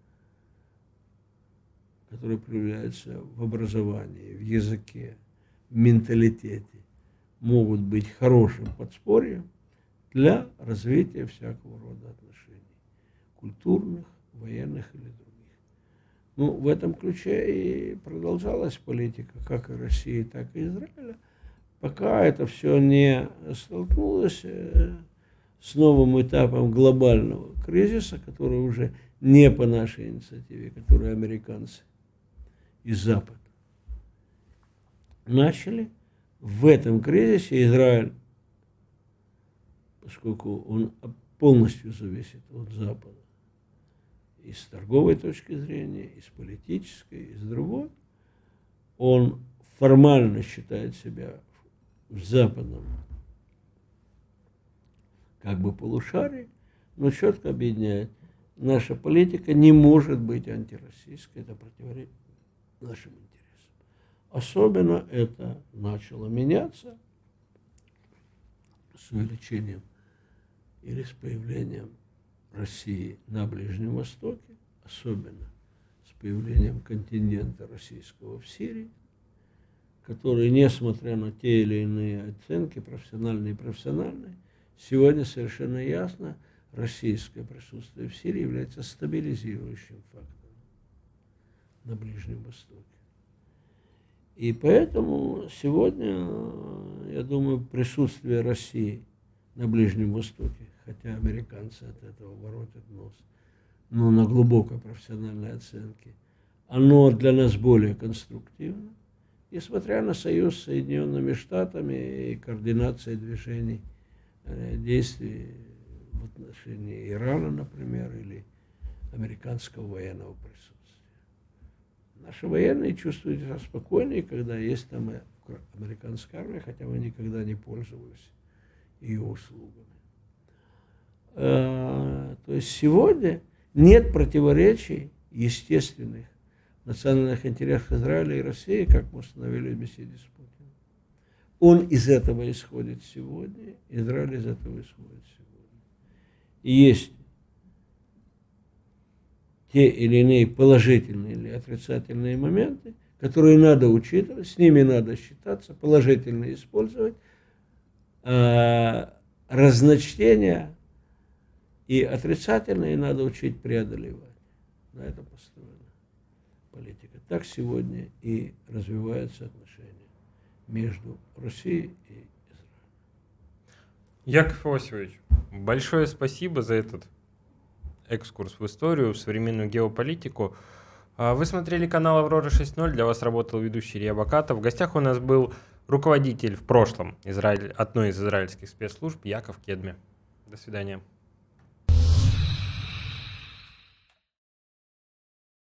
которые проявляются в образовании, в языке, в менталитете, могут быть хорошим подспорьем для развития всякого рода отношений, культурных, военных или других. Ну, в этом ключе и продолжалась политика как и России, так и Израиля, пока это все не столкнулось с новым этапом глобального кризиса, который уже не по нашей инициативе, который американцы и Запад начали. В этом кризисе Израиль, поскольку он полностью зависит от Запада, и с торговой точки зрения, и с политической, и с другой, он формально считает себя в западном как бы полушарии, но четко объединяет. Наша политика не может быть антироссийской, это противоречит нашим интересам. Особенно это начало меняться с увеличением или с появлением России на Ближнем Востоке, особенно с появлением контингента российского в Сирии, который, несмотря на те или иные оценки, профессиональные и профессиональные, сегодня совершенно ясно, российское присутствие в Сирии является стабилизирующим фактором на Ближнем Востоке. И поэтому сегодня, я думаю, присутствие России на Ближнем Востоке, хотя американцы от этого воротят нос, но на глубокой профессиональной оценке, оно для нас более конструктивно, несмотря на союз с Соединенными Штатами и координацией движений, действий в отношении Ирана, например, или американского военного присутствия. Наши военные чувствуют себя спокойнее, когда есть там американская армия, хотя мы никогда не пользовались ее услугами. А, то есть сегодня нет противоречий естественных национальных интересов Израиля и России, как мы установили в беседе с Путиным. Он из этого исходит сегодня, Израиль из этого исходит сегодня. И есть те или иные положительные или отрицательные моменты, которые надо учитывать, с ними надо считаться, положительные использовать, а разночтения и отрицательные надо учить преодолевать. На этом построена политика. Так сегодня и развиваются отношения между Россией и Израилем. Яков Иосифович, большое спасибо за этот экскурс в историю, в современную геополитику. Вы смотрели канал Аврора шесть ноль, для вас работал ведущий Илья Бакатов. В гостях у нас был руководитель в прошлом Израиль, одной из израильских спецслужб Яков Кедми. До свидания.